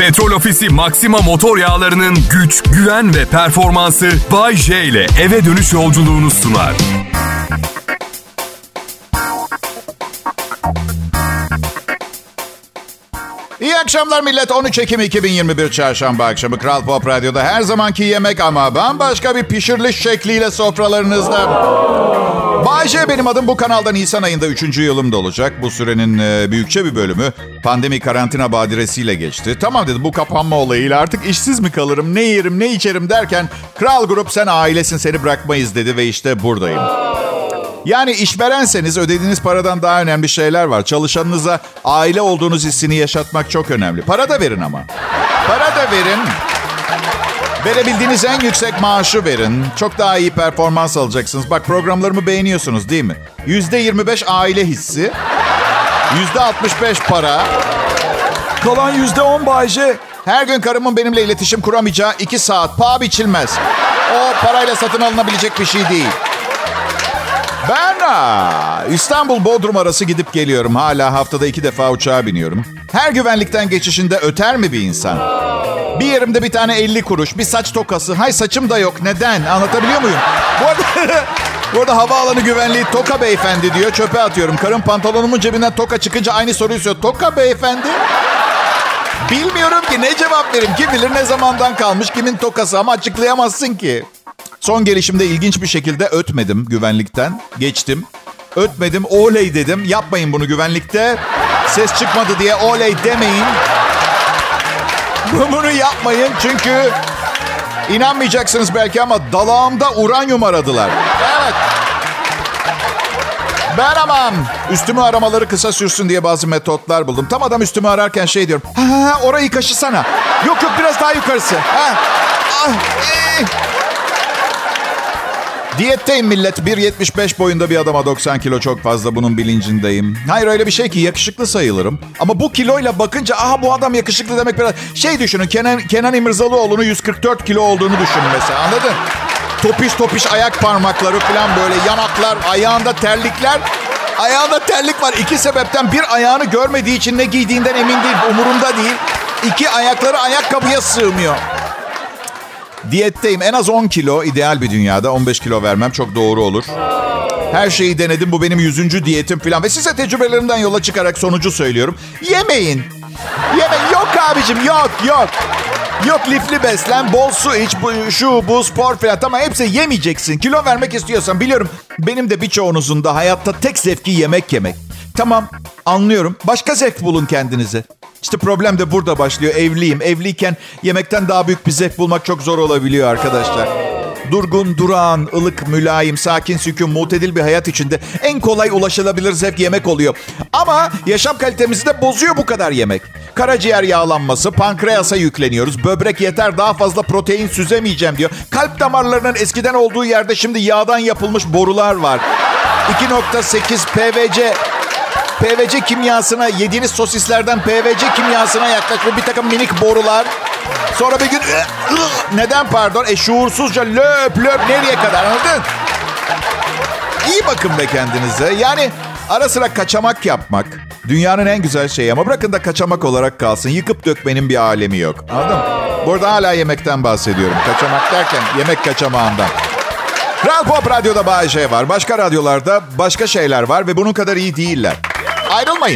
Petrol Ofisi Maxima motor yağlarının güç, güven ve performansı Bay J ile eve dönüş yolculuğunu sunar. İyi akşamlar millet. 13 Ekim 2021 Çarşamba akşamı Kral Pop Radyo'da her zamanki yemek ama bambaşka bir pişiriliş şekliyle sofralarınızda. Bay J benim adım. Bu kanalda Nisan ayında 3. yılımda olacak. Bu sürenin büyükçe bir bölümü pandemi karantina badiresiyle geçti. Tamam dedim, bu kapanma olayıyla artık işsiz mi kalırım, ne yerim, ne içerim derken Kral Grup sen ailesin, seni bırakmayız dedi ve işte buradayım. Yani işverenseniz ödediğiniz paradan daha önemli şeyler var. Çalışanınıza aile olduğunuz hissini yaşatmak çok önemli. Para da verin ama. Para da verin. Verebildiğiniz en yüksek maaşı verin. Çok daha iyi performans alacaksınız. Bak, programlarımı beğeniyorsunuz değil mi? %25 aile hissi. %65 para. Kalan %10 Bay J. Her gün karımın benimle iletişim kuramayacağı 2 saat. Paha biçilmez. O parayla satın alınabilecek bir şey değil. Ben İstanbul-Bodrum arası gidip geliyorum. Hala haftada 2 defa uçağa biniyorum. Her güvenlikten geçişinde öter mi bir insan? Bir yerimde bir tane 50 kuruş, bir saç tokası. Hay saçım da yok. Neden? Anlatabiliyor muyum? Bu arada havaalanı güvenliği toka beyefendi diyor. Çöpe atıyorum. Karım pantolonumun cebinden toka çıkınca aynı soruyu soruyor. Toka beyefendi? Bilmiyorum ki ne cevap vereyim. Kim bilir ne zamandan kalmış kimin tokası ama açıklayamazsın ki. Son gelişimde ilginç bir şekilde ötmedim güvenlikten. Geçtim. Ötmedim, oley dedim. Yapmayın bunu güvenlikte. Ses çıkmadı diye oley demeyin. Bunu yapmayın çünkü inanmayacaksınız belki ama dalağımda uranyum aradılar. Evet. Ben amam. Üstümü aramaları kısa sürsün diye bazı metotlar buldum. Tam adam üstümü ararken şey diyorum. Orayı kaşısana. Yok biraz daha yukarısı. Diyetteyim millet. 1.75 boyunda bir adama 90 kilo çok fazla, bunun bilincindeyim. Hayır öyle bir şey ki yakışıklı sayılırım. Ama bu kiloyla bakınca bu adam yakışıklı demek biraz... Şey düşünün, Kenan İmirzalıoğlu'nun 144 kilo olduğunu düşünün mesela, anladın? Topiş ayak parmakları falan, böyle yanaklar, ayağında terlikler. Ayağında terlik var. 2 sebepten: bir, ayağını görmediği için ne giydiğinden emin değil, umurunda değil. 2, ayakları ayakkabıya sığmıyor. Diyetteyim. En az 10 kilo ideal bir dünyada. 15 kilo vermem çok doğru olur. Her şeyi denedim. Bu benim 100. diyetim falan. Ve size tecrübelerimden yola çıkarak sonucu söylüyorum. Yemeyin. Yok abicim, yok. Yok, lifli beslen, bol su iç, bu spor falan. Tamam, hepsi yemeyeceksin. Kilo vermek istiyorsan, biliyorum benim de birçoğunuzun da hayatta tek zevki yemek yemek. Tamam, anlıyorum. Başka zevk bulun kendinize. İşte problem de burada başlıyor. Evliyim. Evliyken yemekten daha büyük bir zevk bulmak çok zor olabiliyor arkadaşlar. Durgun, durağan, ılık, mülayim, sakin, sükun, mutedil bir hayat içinde en kolay ulaşılabilir zevk yemek oluyor. Ama yaşam kalitemizi de bozuyor bu kadar yemek. Karaciğer yağlanması, pankreasa yükleniyoruz. Böbrek yeter, daha fazla protein süzemeyeceğim diyor. Kalp damarlarının eskiden olduğu yerde şimdi yağdan yapılmış borular var. 2.8 PVC kimyasına, yediğiniz sosislerden PVC kimyasına yaklaşmış bir takım minik borular. Sonra bir gün neden pardon? Şuursuzca löp nereye kadar, anladın? İyi bakın be kendinize. Yani ara sıra kaçamak yapmak dünyanın en güzel şeyi ama bırakın da kaçamak olarak kalsın. Yıkıp dökmenin bir alemi yok. Anladın mı? Burada hala yemekten bahsediyorum. Kaçamak derken yemek kaçamağından. Kral Pop Radyo'da Bay J var. Başka radyolarda başka şeyler var ve bunun kadar iyi değiller. Ayrılmayın.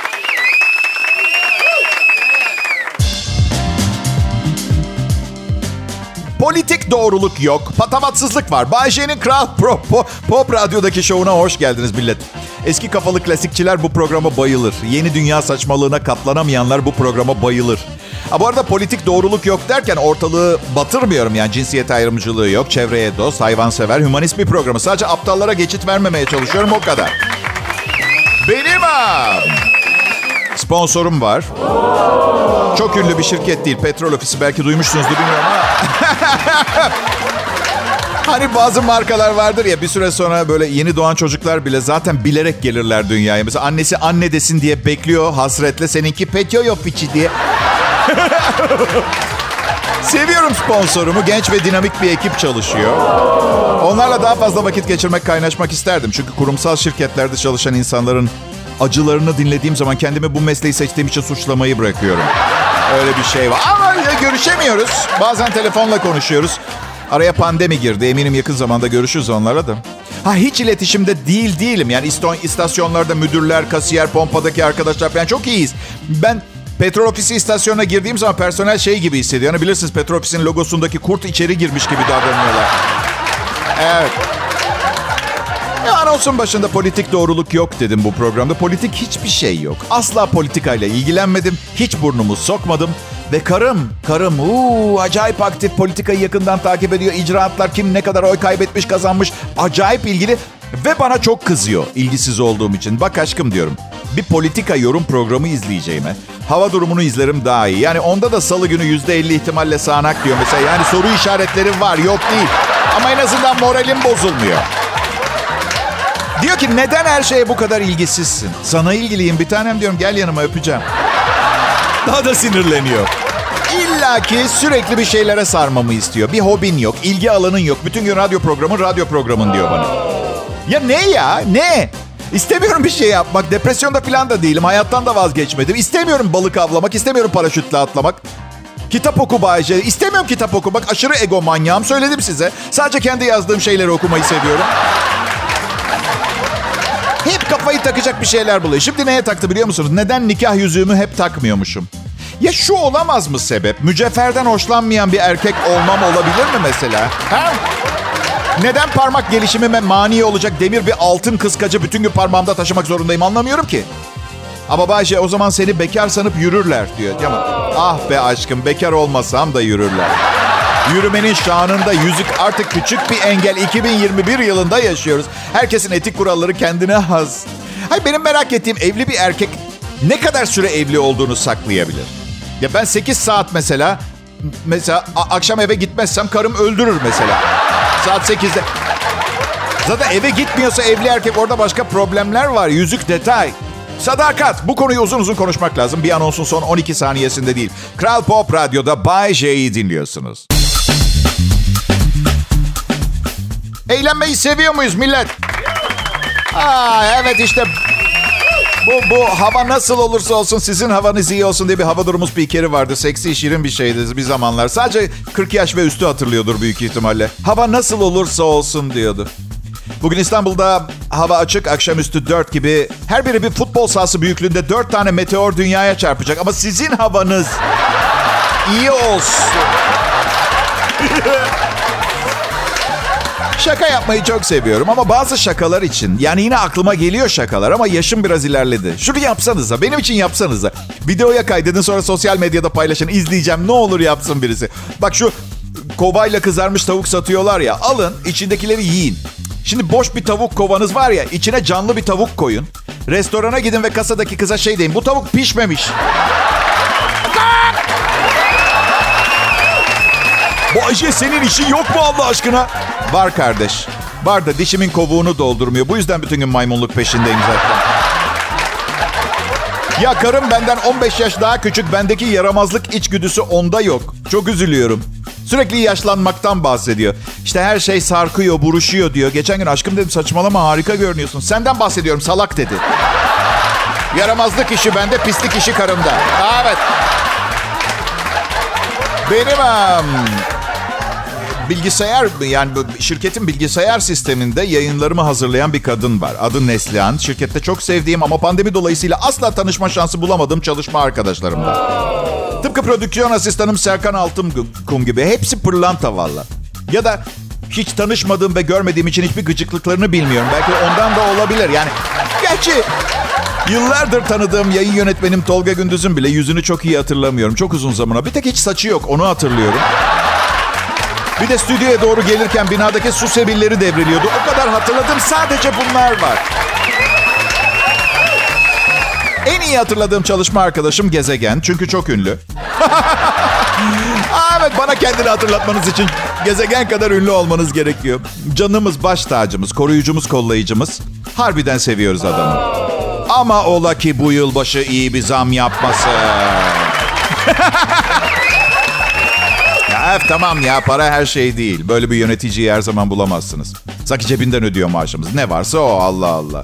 Politik doğruluk yok. Patavatsızlık var. Bay J'nin Kral Pop Radyo'daki şovuna hoş geldiniz millet. Eski kafalı klasikçiler bu programa bayılır. Yeni dünya saçmalığına katlanamayanlar bu programa bayılır. Bu arada politik doğruluk yok derken ortalığı batırmıyorum yani. Cinsiyet ayrımcılığı yok. Çevreye dost, hayvansever, hümanist bir programı. Sadece aptallara geçit vermemeye çalışıyorum, o kadar. Benim sponsorum var. Çok ünlü bir şirket değil. Petrol Ofisi, belki duymuşsunuzdur bilmiyorum ama. Hani bazı markalar vardır ya, bir süre sonra böyle yeni doğan çocuklar bile zaten bilerek gelirler dünyaya. Mesela annesi anne desin diye bekliyor hasretle, seninki Petrol Ofisi diye. Seviyorum sponsorumu. Genç ve dinamik bir ekip çalışıyor. Onlarla daha fazla vakit geçirmek, kaynaşmak isterdim. Çünkü kurumsal şirketlerde çalışan insanların acılarını dinlediğim zaman kendimi bu mesleği seçtiğim için suçlamayı bırakıyorum. Öyle bir şey var. Ama görüşemiyoruz. Bazen telefonla konuşuyoruz. Araya pandemi girdi. Eminim yakın zamanda görüşürüz onlara da. Hiç iletişimde değilim. Yani istasyonlarda müdürler, kasiyer, pompadaki arkadaşlar falan çok iyiyiz. Ben petrol ofisi istasyonuna girdiğim zaman personel şey gibi hissediyor. Yani bilirsiniz, petrol ofisinin logosundaki kurt içeri girmiş gibi davranıyorlar. Evet. Anonsun başında politik doğruluk yok dedim bu programda. Politik hiçbir şey yok. Asla politikayla ilgilenmedim. Hiç burnumu sokmadım. Ve karım acayip aktif, politikayı yakından takip ediyor. İcraatlar, kim ne kadar oy kaybetmiş, kazanmış, acayip ilgili. Ve bana çok kızıyor ilgisiz olduğum için. Bak aşkım diyorum, bir politika yorum programı izleyeceğime hava durumunu izlerim daha iyi. Yani onda da salı günü %50 ihtimalle sağanak diyor mesela. Yani soru işaretleri var, yok değil. Ama en azından moralim bozulmuyor. Diyor ki neden her şeye bu kadar ilgisizsin? Sana ilgiliyim bir tanem diyorum, gel yanıma öpeceğim. Daha da sinirleniyor. İlla ki sürekli bir şeylere sarmamı istiyor. Bir hobin yok, ilgi alanın yok. Bütün gün radyo programın diyor bana. Ya ne? İstemiyorum bir şey yapmak. Depresyonda falan da değilim. Hayattan da vazgeçmedim. İstemiyorum balık avlamak, istemiyorum paraşütle atlamak. Kitap oku Bayce. İstemiyorum kitap okumak. Aşırı egomanyağım, söyledim size. Sadece kendi yazdığım şeyleri okumayı seviyorum. Hep kafayı takacak bir şeyler buluyor. Şimdi neye taktı biliyor musunuz? Neden nikah yüzüğümü hep takmıyormuşum? Ya şu olamaz mı sebep? Mücevherden hoşlanmayan bir erkek olmam olabilir mi mesela? Ha? Neden parmak gelişimime mani olacak demir bir altın kıskacı bütün gün parmağımda taşımak zorundayım, anlamıyorum ki. Ama Bayce, o zaman seni bekar sanıp yürürler diyor. Ama ah be aşkım, bekar olmasam da yürürler. Yürümenin şanında yüzük artık küçük bir engel. 2021 yılında yaşıyoruz. Herkesin etik kuralları kendine has. Benim merak ettiğim, evli bir erkek ne kadar süre evli olduğunu saklayabilir? Ya ben 8 saat mesela akşam eve gitmezsem karım öldürür mesela. Saat 8'de. Zaten eve gitmiyorsa evli erkek, orada başka problemler var. Yüzük detay. Sadakat. Bu konuyu uzun uzun konuşmak lazım. Bir anonsun son 12 saniyesinde değil. Kral Pop Radyo'da Bay J'yi dinliyorsunuz. Eğlenmeyi seviyor muyuz millet? Evet işte bu hava nasıl olursa olsun sizin havanız iyi olsun diye bir hava durumu spikeri vardı. Seksi, şirin bir şeydi bir zamanlar. Sadece 40 yaş ve üstü hatırlıyordur büyük ihtimalle. Hava nasıl olursa olsun diyordu. Bugün İstanbul'da hava açık, akşamüstü 4 gibi. Her biri bir futbol sahası büyüklüğünde 4 tane meteor dünyaya çarpacak. Ama sizin havanız iyi olsun. Şaka yapmayı çok seviyorum ama bazı şakalar için, yani yine aklıma geliyor şakalar ama yaşım biraz ilerledi. Şunu yapsanıza, benim için yapsanıza. Videoya kaydedin, sonra sosyal medyada paylaşın. İzleyeceğim, ne olur yapsın birisi. Bak şu kovayla kızarmış tavuk satıyorlar ya, alın içindekileri yiyin. Şimdi boş bir tavuk kovanız var ya, içine canlı bir tavuk koyun. Restorana gidin ve kasadaki kıza şey deyin: bu tavuk pişmemiş. Bu Ayşe, senin işin yok mu Allah aşkına? Var kardeş. Var da dişimin kovuğunu doldurmuyor. Bu yüzden bütün gün maymunluk peşindeyim zaten. Ya karım benden 15 yaş daha küçük. Bendeki yaramazlık içgüdüsü onda yok. Çok üzülüyorum. Sürekli yaşlanmaktan bahsediyor. İşte her şey sarkıyor, buruşuyor diyor. Geçen gün aşkım dedim, saçmalama, harika görünüyorsun. Senden bahsediyorum salak dedi. Yaramazlık işi bende, pislik işi karımda. Evet. Benim bilgisayar, yani şirketin bilgisayar sisteminde yayınlarımı hazırlayan bir kadın var. Adı Neslihan. Şirkette çok sevdiğim ama pandemi dolayısıyla asla tanışma şansı bulamadığım çalışma arkadaşlarımdan. Tıpkı prodüksiyon asistanım Serkan Altınkum gibi. Hepsi pırlanta valla. Ya da hiç tanışmadığım ve görmediğim için hiçbir gıcıklıklarını bilmiyorum. Belki ondan da olabilir. Yani gerçi yıllardır tanıdığım yayın yönetmenim Tolga Gündüz'ün bile yüzünü çok iyi hatırlamıyorum. Çok uzun zamana. Bir tek hiç saçı yok, onu hatırlıyorum. Bir de stüdyoya doğru gelirken binadaki su sebilleri devriliyordu. O kadar hatırladığım sadece bunlar var. En iyi hatırladığım çalışma arkadaşım Gezegen. Çünkü çok ünlü. Evet, bana kendini hatırlatmanız için Gezegen kadar ünlü olmanız gerekiyor. Canımız, baş tacımız, koruyucumuz, kollayıcımız. Harbiden seviyoruz adamı. Ama ola ki bu yılbaşı iyi bir zam yapması. Ya tamam ya, para her şey değil. Böyle bir yöneticiyi her zaman bulamazsınız. Sanki cebinden ödüyor maaşımız. Ne varsa o, Allah Allah.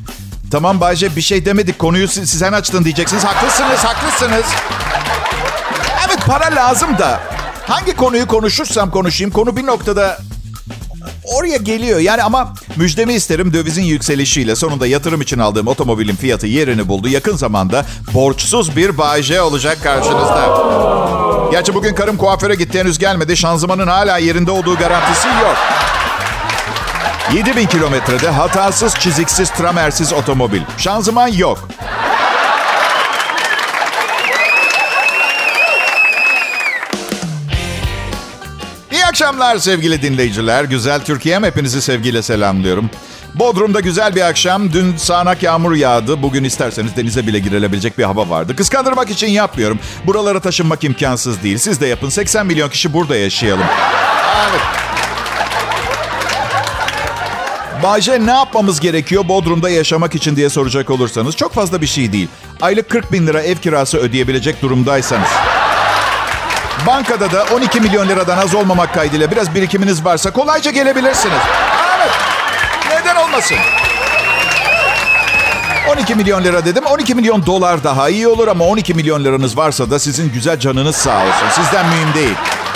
Tamam Bayce, bir şey demedik. Konuyu sen açtın diyeceksiniz. Haklısınız. para lazım da hangi konuyu konuşursam konuşayım konu bir noktada oraya geliyor. Yani ama müjdemi isterim, dövizin yükselişiyle sonunda yatırım için aldığım otomobilin fiyatı yerini buldu. Yakın zamanda borçsuz bir Bay J olacak karşınızda. Gerçi bugün karım kuaföre gitti, henüz gelmedi. Şanzımanın hala yerinde olduğu garantisi yok. 7000 kilometrede hatasız, çiziksiz, tramersiz otomobil. Şanzıman yok. İyi akşamlar sevgili dinleyiciler. Güzel Türkiye'm, hepinizi sevgiyle selamlıyorum. Bodrum'da güzel bir akşam. Dün sağanak yağmur yağdı. Bugün isterseniz denize bile girilebilecek bir hava vardı. Kıskandırmak için yapmıyorum. Buralara taşınmak imkansız değil. Siz de yapın. 80 milyon kişi burada yaşayalım. Evet. Bay J, ne yapmamız gerekiyor Bodrum'da yaşamak için diye soracak olursanız çok fazla bir şey değil. Aylık 40 bin lira ev kirası ödeyebilecek durumdaysanız. Bankada da 12 milyon liradan az olmamak kaydıyla biraz birikiminiz varsa kolayca gelebilirsiniz. Evet. Neden olmasın? 12 milyon lira dedim. 12 milyon dolar daha iyi olur ama 12 milyon liranız varsa da sizin güzel canınız sağ olsun. Sizden mühim değil.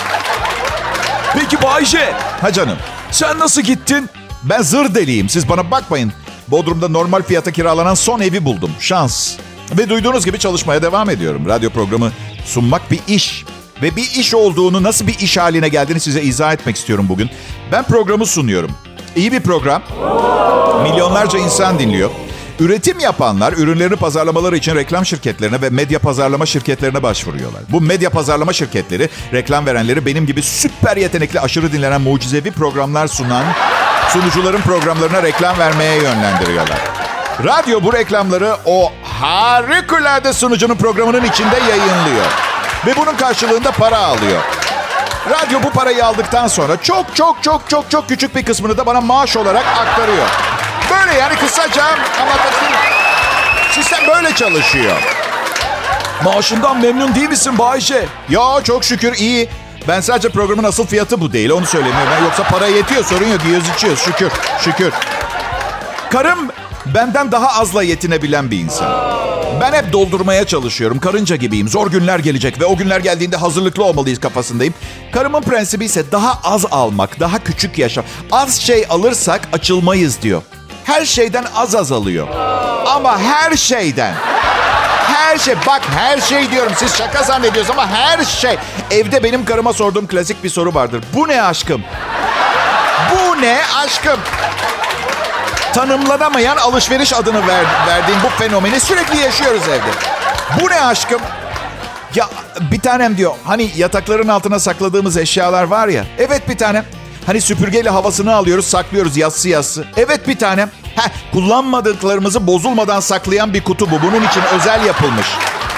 Peki Bay J, Ha canım. sen nasıl gittin? Ben zır deliyim. Siz bana bakmayın. Bodrum'da normal fiyata kiralanan son evi buldum. Şans. Ve duyduğunuz gibi çalışmaya devam ediyorum. Radyo programı sunmak bir iş. Ve bir iş olduğunu, nasıl bir iş haline geldiğini size izah etmek istiyorum bugün. Ben programı sunuyorum. İyi bir program. Milyonlarca insan dinliyor. Üretim yapanlar ürünlerini pazarlamaları için reklam şirketlerine ve medya pazarlama şirketlerine başvuruyorlar. Bu medya pazarlama şirketleri reklam verenleri benim gibi süper yetenekli, aşırı dinlenen, mucizevi programlar sunan sunucuların programlarına reklam vermeye yönlendiriyorlar. Radyo bu reklamları o harikulade sunucunun programının içinde yayınlıyor. Ve bunun karşılığında para alıyor. Radyo bu parayı aldıktan sonra çok küçük bir kısmını da bana maaş olarak aktarıyor. Böyle yani, kısaca anlatayım. Sistem böyle çalışıyor. Maaşından memnun değil misin Bay J? Ya çok şükür iyi. Ben sadece programın asıl fiyatı bu değil, onu söylemiyorum. Yoksa para yetiyor, sorun yok, yiyoruz içiyoruz, şükür. Karım benden daha azla yetinebilen bir insan. Ben hep doldurmaya çalışıyorum. Karınca gibiyim. Zor günler gelecek ve o günler geldiğinde hazırlıklı olmalıyız kafasındayım. Karımın prensibi ise daha az almak, daha küçük yaşam. Az şey alırsak açılmayız diyor. Her şeyden az alıyor. Ama her şeyden. Her şey, bak her şey diyorum. Siz şaka zannediyorsunuz ama her şey. Evde benim karıma sorduğum klasik bir soru vardır. Bu ne aşkım? Bu ne aşkım? Tanımlanamayan alışveriş adını verdiğim bu fenomeni sürekli yaşıyoruz evde. Bu ne aşkım? Ya bir tanem diyor. Hani yatakların altına sakladığımız eşyalar var ya. Evet bir tanem. Hani süpürgeyle havasını alıyoruz, saklıyoruz yassı. Evet bir tanem. Kullanmadıklarımızı bozulmadan saklayan bir kutu bu. Bunun için özel yapılmış.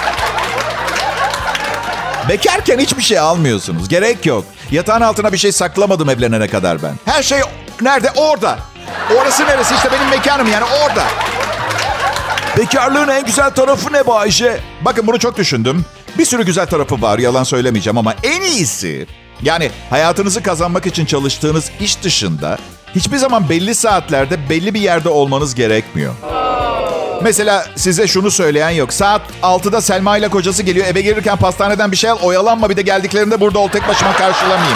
Bekarken hiçbir şey almıyorsunuz. Gerek yok. Yatağın altına bir şey saklamadım evlenene kadar ben. Her şey nerede? Orada. Orası neresi? İşte benim mekanım yani, orada. Bekarlığın en güzel tarafı ne Bay J? Bakın bunu çok düşündüm. Bir sürü güzel tarafı var, yalan söylemeyeceğim ama en iyisi... Yani hayatınızı kazanmak için çalıştığınız iş dışında hiçbir zaman belli saatlerde belli bir yerde olmanız gerekmiyor. Mesela size şunu söyleyen yok. Saat 6'da Selma ile kocası geliyor. Eve gelirken pastaneden bir şey al, oyalanma, bir de geldiklerinde burada ol, tek başıma karşılamayayım.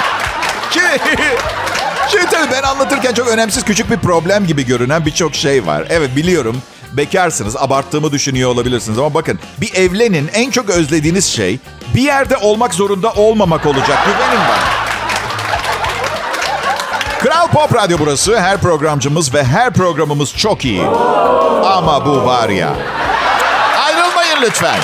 Şimdi tabii ben anlatırken çok önemsiz, küçük bir problem gibi görünen birçok şey var. Evet biliyorum, bekarsınız, abarttığımı düşünüyor olabilirsiniz ama bakın, bir evlenin, en çok özlediğiniz şey bir yerde olmak zorunda olmamak olacak. Güvenin bana. Kral Pop Radyo burası. Her programcımız ve her programımız çok iyi. Ama bu var ya. Ayrılmayın lütfen.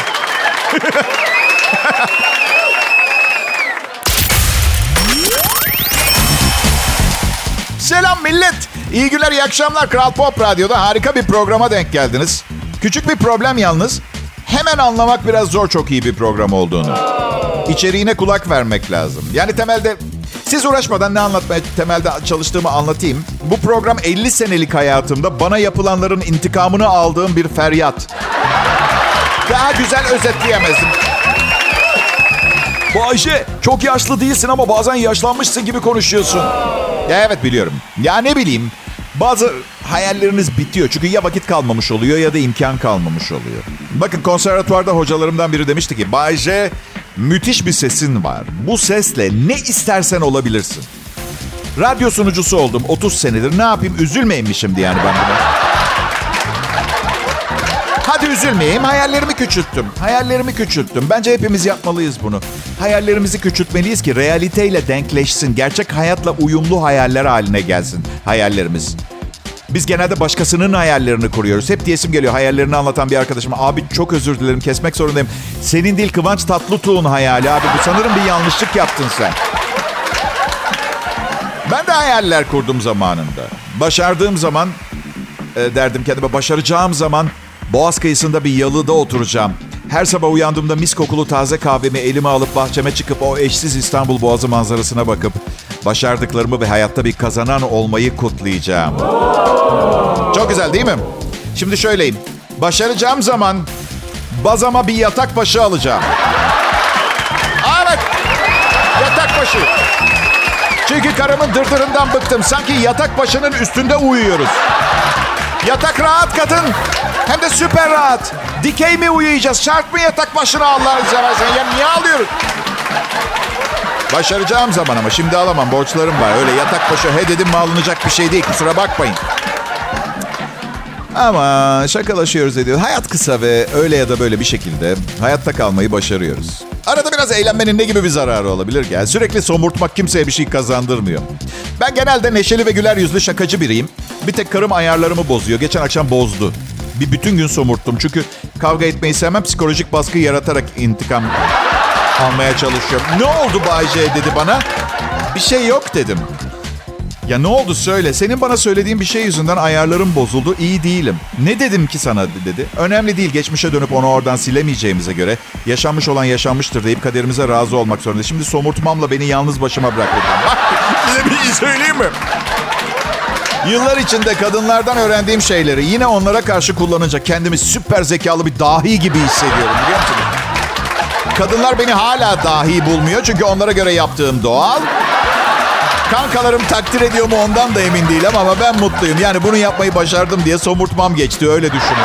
Selam millet. İyi günler, iyi akşamlar. Kral Pop Radyo'da harika bir programa denk geldiniz. Küçük bir problem yalnız. Hemen anlamak biraz zor çok iyi bir program olduğunu. İçeriğine kulak vermek lazım. Yani temelde siz uğraşmadan ne anlatmaya temelde çalıştığımı anlatayım. Bu program 50 senelik hayatımda bana yapılanların intikamını aldığım bir feryat. Daha güzel özetleyemezdim. Bay J, çok yaşlı değilsin ama bazen yaşlanmışsın gibi konuşuyorsun. Ya evet biliyorum. Ya ne bileyim. Bazı hayalleriniz bitiyor. Çünkü ya vakit kalmamış oluyor ya da imkan kalmamış oluyor. Bakın konservatuvarda hocalarımdan biri demişti ki Bay J, müthiş bir sesin var. Bu sesle ne istersen olabilirsin. Radyo sunucusu oldum 30 senedir. Ne yapayım? Üzülmeyeyim mi şimdi yani ben buna? Hadi üzülmeyeyim. Hayallerimi küçülttüm. Bence hepimiz yapmalıyız bunu. Hayallerimizi küçültmeliyiz ki realiteyle denkleşsin. Gerçek hayatla uyumlu hayaller haline gelsin hayallerimiz. Biz genelde başkasının hayallerini kuruyoruz. Hep diyesim geliyor hayallerini anlatan bir arkadaşıma. Abi çok özür dilerim, kesmek zorundayım. Senin değil Kıvanç Tatlıtuğ'un hayali abi. Bu sanırım bir yanlışlık yaptın sen. Ben de hayaller kurdum zamanında. Başardığım zaman derdim kendime, başaracağım zaman Boğaz kıyısında bir yalıda oturacağım. Her sabah uyandığımda mis kokulu taze kahvemi elime alıp bahçeme çıkıp o eşsiz İstanbul Boğazı manzarasına bakıp başardıklarımı ve hayatta bir kazanan olmayı kutlayacağım. Çok güzel değil mi? Şimdi şöyleyim. Başaracağım zaman bazama bir yatak başı alacağım. Evet. Yatak başı. Çünkü karımın dırdırından bıktım. Sanki yatak başının üstünde uyuyoruz. Yatak rahat kadın. Hem de süper rahat. Dikey mi uyuyacağız? Şart mı yatak başına Allah'ını seversen? Ya niye alıyoruz? Başaracağım zaman ama şimdi alamam. Borçlarım var. Öyle yatak başı he dedim mi alınacak bir şey değil. Kusura bakmayın. Ama şakalaşıyoruz ediyoruz. Hayat kısa ve öyle ya da böyle bir şekilde hayatta kalmayı başarıyoruz. Arada biraz eğlenmenin ne gibi bir zararı olabilir ki? Yani sürekli somurtmak kimseye bir şey kazandırmıyor. Ben genelde neşeli ve güler yüzlü şakacı biriyim. Bir tek karım ayarlarımı bozuyor. Geçen akşam bozdu. Bütün gün somurttum. Çünkü kavga etmeyi sevmem. Psikolojik baskı yaratarak intikam almaya çalışıyorum. Ne oldu Bay J dedi bana. Bir şey yok dedim. Ya ne oldu söyle. Senin bana söylediğin bir şey yüzünden ayarlarım bozuldu. İyi değilim. Ne dedim ki sana dedi. Önemli değil. Geçmişe dönüp onu oradan silemeyeceğimize göre yaşanmış olan yaşanmıştır deyip kaderimize razı olmak zorunda. Şimdi somurtmamla beni yalnız başıma bırak dedim. Bak size bir şey söyleyeyim mi? Yıllar içinde kadınlardan öğrendiğim şeyleri yine onlara karşı kullanınca kendimi süper zekalı bir dahi gibi hissediyorum biliyor musunuz? Kadınlar beni hala dahi bulmuyor çünkü onlara göre yaptığım doğal. Kankalarım takdir ediyor mu ondan da emin değilim ama ben mutluyum. Yani bunu yapmayı başardım diye somurtmam geçti, öyle düşünün.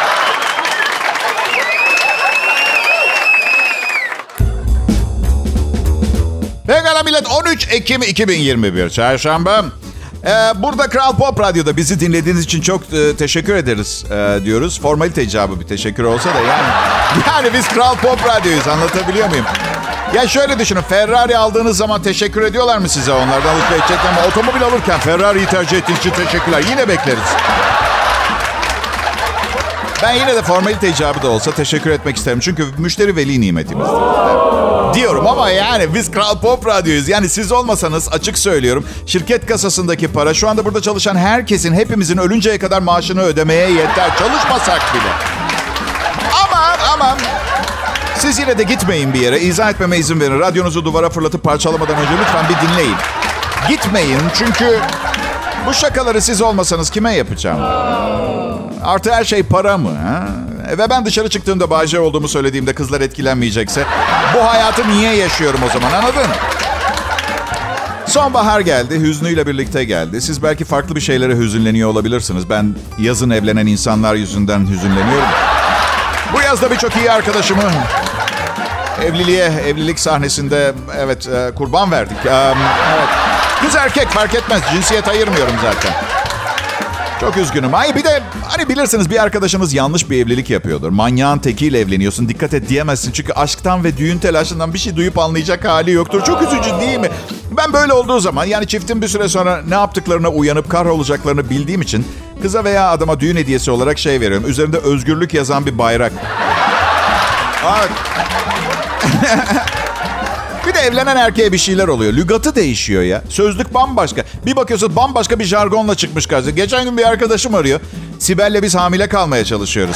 Pekala millet, 13 Ekim 2021 Çarşamba. Burada Kral Pop Radyo'da bizi dinlediğiniz için çok teşekkür ederiz diyoruz. Formalite icabı bir teşekkür olsa da yani biz Kral Pop Radyo'yuz, anlatabiliyor muyum? Ya şöyle düşünün, Ferrari aldığınız zaman teşekkür ediyorlar mı size? Onlardan mutlu edecekler ama otomobil alırken Ferrari'yi tercih ettiğiniz için teşekkürler. Yine bekleriz. Ben yine de formalite icabı da olsa teşekkür etmek isterim. Çünkü müşteri veli nimetimizdir. Evet. Diyorum ama yani biz Kral Pop Radyo'yuz. Yani siz olmasanız, açık söylüyorum, şirket kasasındaki para şu anda burada çalışan herkesin, hepimizin ölünceye kadar maaşını ödemeye yeter. Çalışmasak bile. Ama siz yine de gitmeyin bir yere. İzah etmeme izin verin. Radyonuzu duvara fırlatıp parçalamadan önce lütfen bir dinleyin. Gitmeyin çünkü bu şakaları siz olmasanız kime yapacağım? Artı her şey para mı? Ha? Ve ben dışarı çıktığımda Bay J olduğumu söylediğimde kızlar etkilenmeyecekse bu hayatı niye yaşıyorum o zaman, anladın? Sonbahar geldi, hüznüyle birlikte geldi. Siz belki farklı bir şeylere hüzünleniyor olabilirsiniz. Ben yazın evlenen insanlar yüzünden hüzünleniyorum. Bu yazda birçok iyi arkadaşımı evlilik sahnesinde kurban verdik. Evet. Kız erkek fark etmez. Cinsiyet ayırmıyorum zaten. Çok üzgünüm. Hayır, bir de hani bilirsiniz bir arkadaşınız yanlış bir evlilik yapıyordur. Manyağın tekiyle evleniyorsun. Dikkat et diyemezsin. Çünkü aşktan ve düğün telaşından bir şey duyup anlayacak hali yoktur. Çok üzücü değil mi? Ben böyle olduğu zaman, yani çiftin bir süre sonra ne yaptıklarına uyanıp kahrolacaklarını bildiğim için kıza veya adama düğün hediyesi olarak şey veriyorum. Üzerinde özgürlük yazan bir bayrak. Evet. Bir de evlenen erkeğe bir şeyler oluyor. Lügatı değişiyor ya. Sözlük bambaşka. Bir bakıyorsun bambaşka bir jargonla çıkmış karşısına. Geçen gün bir arkadaşım arıyor. Sibel'le biz hamile kalmaya çalışıyoruz.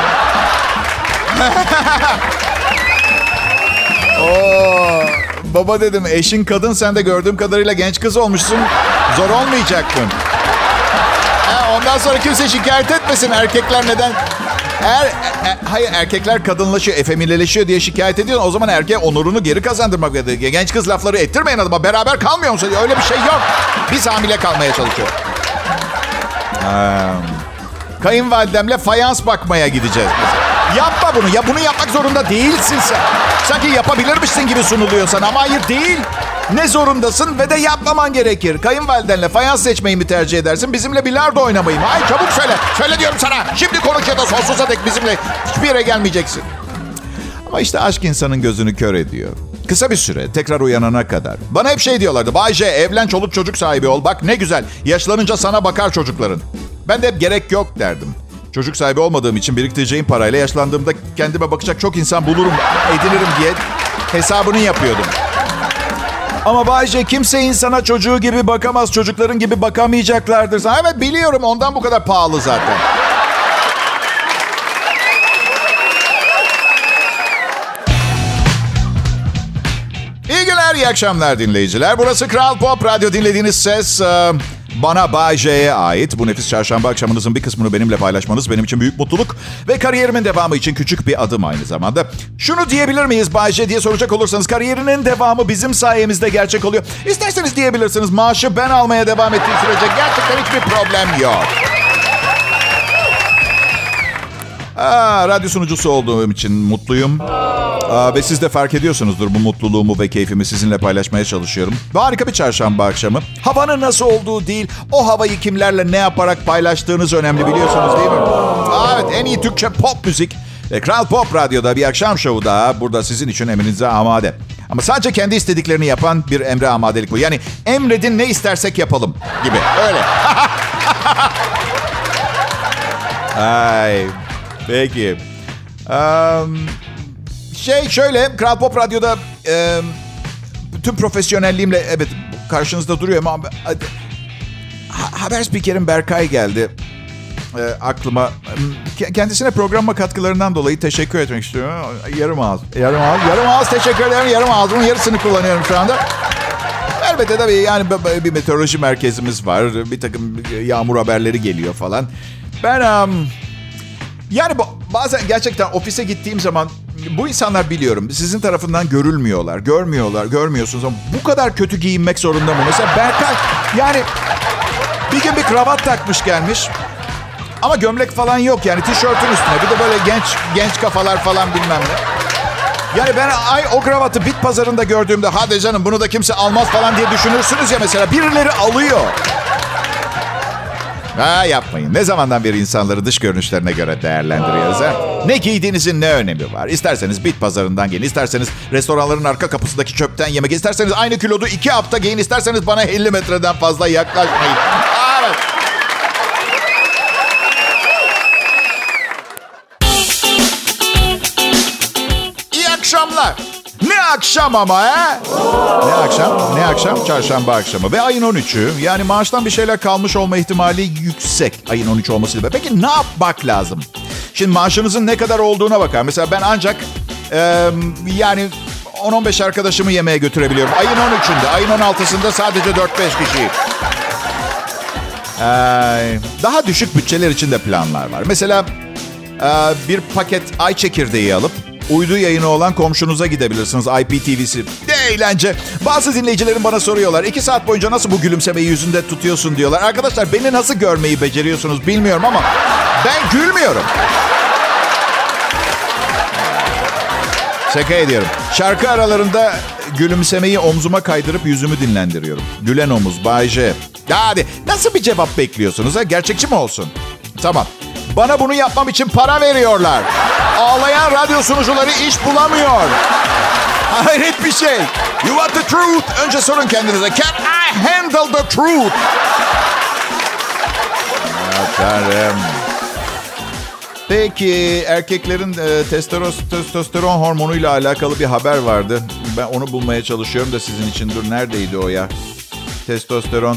Oo, baba dedim, eşin kadın, sen de gördüğüm kadarıyla genç kız olmuşsun. Zor olmayacak mı? Ondan sonra kimse şikayet etmesin. Erkekler neden... Hayır, erkekler kadınlaşıyor, efemileleşiyor diye şikayet ediyor. O zaman erkeğe onurunu geri kazandırmak. Genç kız lafları ettirmeyin adama. Beraber kalmıyor musun? Öyle bir şey yok. Biz hamile kalmaya çalışıyoruz. Kayınvalidemle fayans bakmaya gideceğiz. Yapma bunu. Ya bunu yapmak zorunda değilsin sen. Sanki yapabilirmişsin gibi sunuluyor sana ama hayır değil. Ne zorundasın ve de yapmaman gerekir. Kayınvalidenle fayans seçmeyi mi tercih edersin? Bizimle bilardo oynamayı mı? Ay çabuk söyle. Söyle diyorum sana. Şimdi konuş ya da sonsuza dek bizimle hiçbir yere gelmeyeceksin. Ama işte aşk insanın gözünü kör ediyor. Kısa bir süre tekrar uyanana kadar. Bana hep şey diyorlardı. Bay J, evlen, çoluk çocuk sahibi ol. Bak ne güzel. Yaşlanınca sana bakar çocukların. Ben de hep gerek yok derdim. Çocuk sahibi olmadığım için biriktireceğim parayla yaşlandığımda kendime bakacak çok insan bulurum, edinirim diye hesabını yapıyordum. Ama Bay J, kimse insana çocuğu gibi bakamaz. Çocukların gibi bakamayacaklardır. Evet biliyorum, ondan bu kadar pahalı zaten. İyi günler, iyi akşamlar dinleyiciler. Burası Kral Pop Radyo. Dinlediğiniz ses bana, Bay J'ye ait. Bu nefis çarşamba akşamınızın bir kısmını benimle paylaşmanız benim için büyük mutluluk. Ve kariyerimin devamı için küçük bir adım aynı zamanda. Şunu diyebilir miyiz Bay J diye soracak olursanız, kariyerinin devamı bizim sayemizde gerçek oluyor. İsterseniz diyebilirsiniz, maaşı ben almaya devam ettiğim sürece gerçekten hiçbir problem yok. Radyo sunucusu olduğum için mutluyum. Ve siz de fark ediyorsunuzdur bu mutluluğumu ve keyfimi sizinle paylaşmaya çalışıyorum. Harika bir çarşamba akşamı. Havanın nasıl olduğu değil, o havayı kimlerle ne yaparak paylaştığınız önemli, biliyorsunuz değil mi? Evet, en iyi Türkçe pop müzik. Kral Pop Radyo'da bir akşam şovu daha burada sizin için emrinize amade. Ama sadece kendi istediklerini yapan bir emre amadelik bu. Yani emredin, ne istersek yapalım gibi. Öyle. Ay, peki. Şöyle, Kral Pop Radyo'da tüm profesyonelliğimle evet karşınızda duruyorum ama haber spikerim Berkay geldi aklıma. Kendisine programa katkılarından dolayı teşekkür etmek istiyorum. Yarım ağız teşekkür ederim. Yarım ağzımın yarısını kullanıyorum şu anda. Elbette tabii yani bir meteoroloji merkezimiz var. Bir takım yağmur haberleri geliyor falan. Ben yani bazen gerçekten ofise gittiğim zaman bu insanlar, biliyorum, sizin tarafından görmüyorsunuz ama bu kadar kötü giyinmek zorunda mı? Mesela Berkay yani bir gün bir kravat takmış gelmiş ama gömlek falan yok, yani tişörtün üstüne, bir de böyle genç kafalar falan bilmem ne. Yani ben o kravatı bit pazarında gördüğümde hadi canım bunu da kimse almaz falan diye düşünürsünüz ya, mesela birileri alıyor. Yapmayın. Ne zamandan beri insanları dış görünüşlerine göre değerlendiriyoruz ha? Ne giydiğinizin ne önemi var? İsterseniz bit pazarından gelin, isterseniz restoranların arka kapısındaki çöpten yemek, isterseniz aynı kilodu 2 hafta giyin, isterseniz bana 50 metreden fazla yaklaşmayın. Evet. İyi akşamlar. Ne akşam ama ha? Ne akşam? Çarşamba akşamı. Ve ayın 13'ü. Yani maaştan bir şeyler kalmış olma ihtimali yüksek. Ayın 13 olmasıyla. Peki ne yapmak lazım? Şimdi maaşınızın ne kadar olduğuna bakar. Mesela ben ancak yani 10-15 arkadaşımı yemeğe götürebiliyorum. Ayın 13'ünde. Ayın 16'sında sadece 4-5 kişiyim. Daha düşük bütçeler için de planlar var. Mesela bir paket ay çekirdeği alıp uydu yayını olan komşunuza gidebilirsiniz. IPTV'si. Ne eğlence. Bazı dinleyicilerim bana soruyorlar. 2 saat boyunca nasıl bu gülümsemeyi yüzünde tutuyorsun diyorlar. Arkadaşlar, beni nasıl görmeyi beceriyorsunuz bilmiyorum ama ben gülmüyorum. Şaka ediyorum. Şarkı aralarında gülümsemeyi omzuma kaydırıp yüzümü dinlendiriyorum. Gülen omuz, Bay J. Hadi, nasıl bir cevap bekliyorsunuz ha? Gerçekçi mi olsun? Tamam. Bana bunu yapmam için para veriyorlar. Ağlayan radyo sunucuları iş bulamıyor. Hayret bir şey. You want the truth? Önce sorun kendinize. Can I handle the truth? Tanrım. Peki, erkeklerin testosteron hormonuyla alakalı bir haber vardı. Ben onu bulmaya çalışıyorum da sizin için. Dur, neredeydi o ya? Testosteron.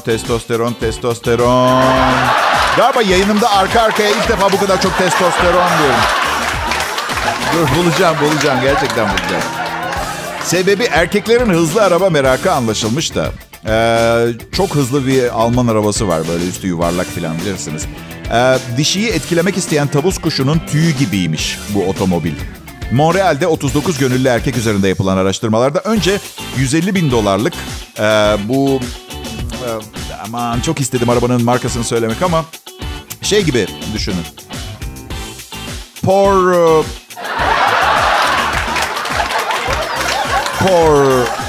Galiba yayınımda arka arkaya ilk defa bu kadar çok testosteron diyorum. Dur, bulacağım. Gerçekten bulacağım. Sebebi erkeklerin hızlı araba merakı anlaşılmış da. Çok hızlı bir Alman arabası var. Böyle üstü yuvarlak falan, bilirsiniz. Dişiyi etkilemek isteyen tavus kuşunun tüyü gibiymiş bu otomobil. Montreal'de 39 gönüllü erkek üzerinde yapılan araştırmalarda önce $150.000 bu... aman çok istedim arabanın markasını söylemek ama şey gibi düşünün. Spor.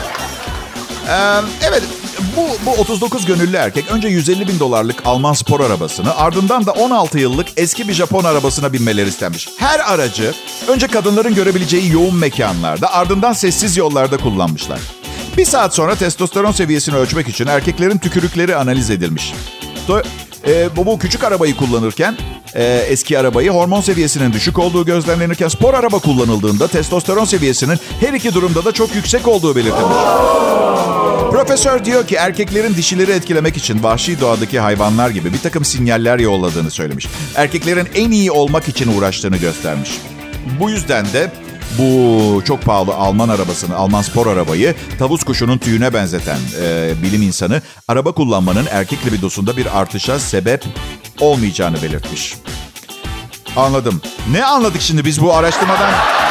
Evet, bu 39 gönüllü erkek önce 150 bin dolarlık Alman spor arabasını, ardından da 16 yıllık eski bir Japon arabasına binmeleri istenmiş. Her aracı önce kadınların görebileceği yoğun mekanlarda, ardından sessiz yollarda kullanmışlar. Bir saat sonra testosteron seviyesini ölçmek için erkeklerin tükürükleri analiz edilmiş. Bu küçük arabayı kullanırken, eski arabayı, hormon seviyesinin düşük olduğu gözlemlenirken, spor araba kullanıldığında testosteron seviyesinin her iki durumda da çok yüksek olduğu belirtilmiş. Profesör diyor ki erkeklerin dişileri etkilemek için vahşi doğadaki hayvanlar gibi bir takım sinyaller yolladığını söylemiş. Erkeklerin en iyi olmak için uğraştığını göstermiş. Bu yüzden de bu çok pahalı Alman spor arabayı tavus kuşunun tüyüne benzeten bilim insanı araba kullanmanın erkek libidosunda bir artışa sebep olmayacağını belirtmiş. Anladım. Ne anladık şimdi biz bu araştırmadan?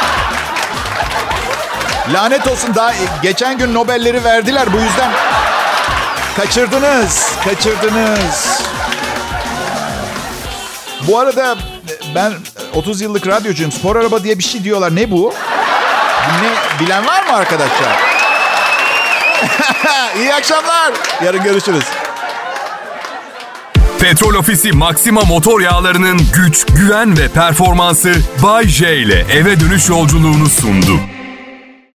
Lanet olsun, daha geçen gün Nobel'leri verdiler, bu yüzden kaçırdınız. Bu arada ben 30 yıllık radyocuyum. Spor araba diye bir şey diyorlar. Ne bu? Ne, bilen var mı arkadaşlar? İyi akşamlar. Yarın görüşürüz. Petrol Ofisi Maxima motor yağlarının güç, güven ve performansı Bay J ile eve dönüş yolculuğunu sundu.